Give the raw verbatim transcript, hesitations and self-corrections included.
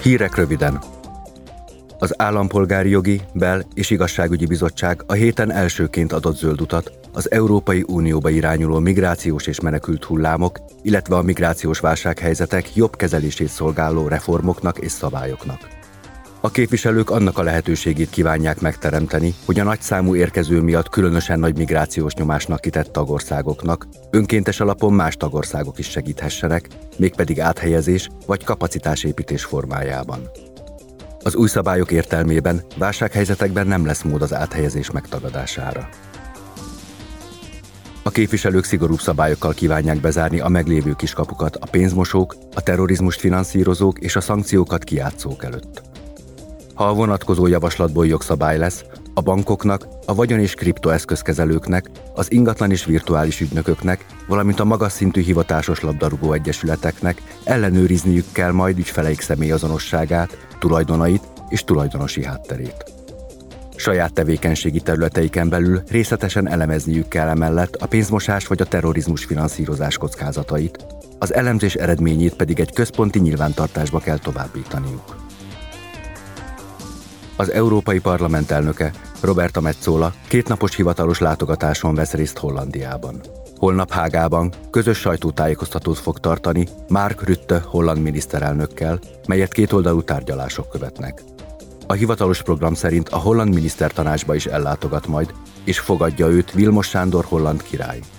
Hírek röviden. Az Állampolgári Jogi, Bel- és Igazságügyi Bizottság a héten elsőként adott zöld utat az Európai Unióba irányuló migrációs és menekült hullámok, illetve a migrációs válsághelyzetek jobb kezelését szolgáló reformoknak és szabályoknak. A képviselők annak a lehetőségét kívánják megteremteni, hogy a nagyszámú érkező miatt különösen nagy migrációs nyomásnak kitett tagországoknak önkéntes alapon más tagországok is segíthessenek, mégpedig áthelyezés vagy kapacitásépítés formájában. Az új szabályok értelmében válsághelyzetekben nem lesz mód az áthelyezés megtagadására. A képviselők szigorúbb szabályokkal kívánják bezárni a meglévő kiskapukat a pénzmosók, a terrorizmust finanszírozók és a szankciókat kijátszók előtt. Ha a vonatkozó javaslatból jogszabály lesz, a bankoknak, a vagyon- és kriptoeszközkezelőknek, az ingatlan és virtuális ügynököknek, valamint a magas szintű hivatásos labdarúgó egyesületeknek ellenőrizniük kell majd ügyfeleik személyazonosságát, tulajdonait és tulajdonosi hátterét. Saját tevékenységi területeiken belül részletesen elemezniük kell emellett a pénzmosás vagy a terrorizmus finanszírozás kockázatait, az elemzés eredményét pedig egy központi nyilvántartásba kell továbbítaniuk. Az Európai Parlament elnöke, Roberta Metsola kétnapos hivatalos látogatáson vesz részt Hollandiában. Holnap Hágában közös sajtótájékoztatót fog tartani Mark Rutte holland miniszterelnökkel, melyet kétoldalú tárgyalások követnek. A hivatalos program szerint a holland minisztertanácsba is ellátogat majd, és fogadja őt Vilmos Sándor holland király.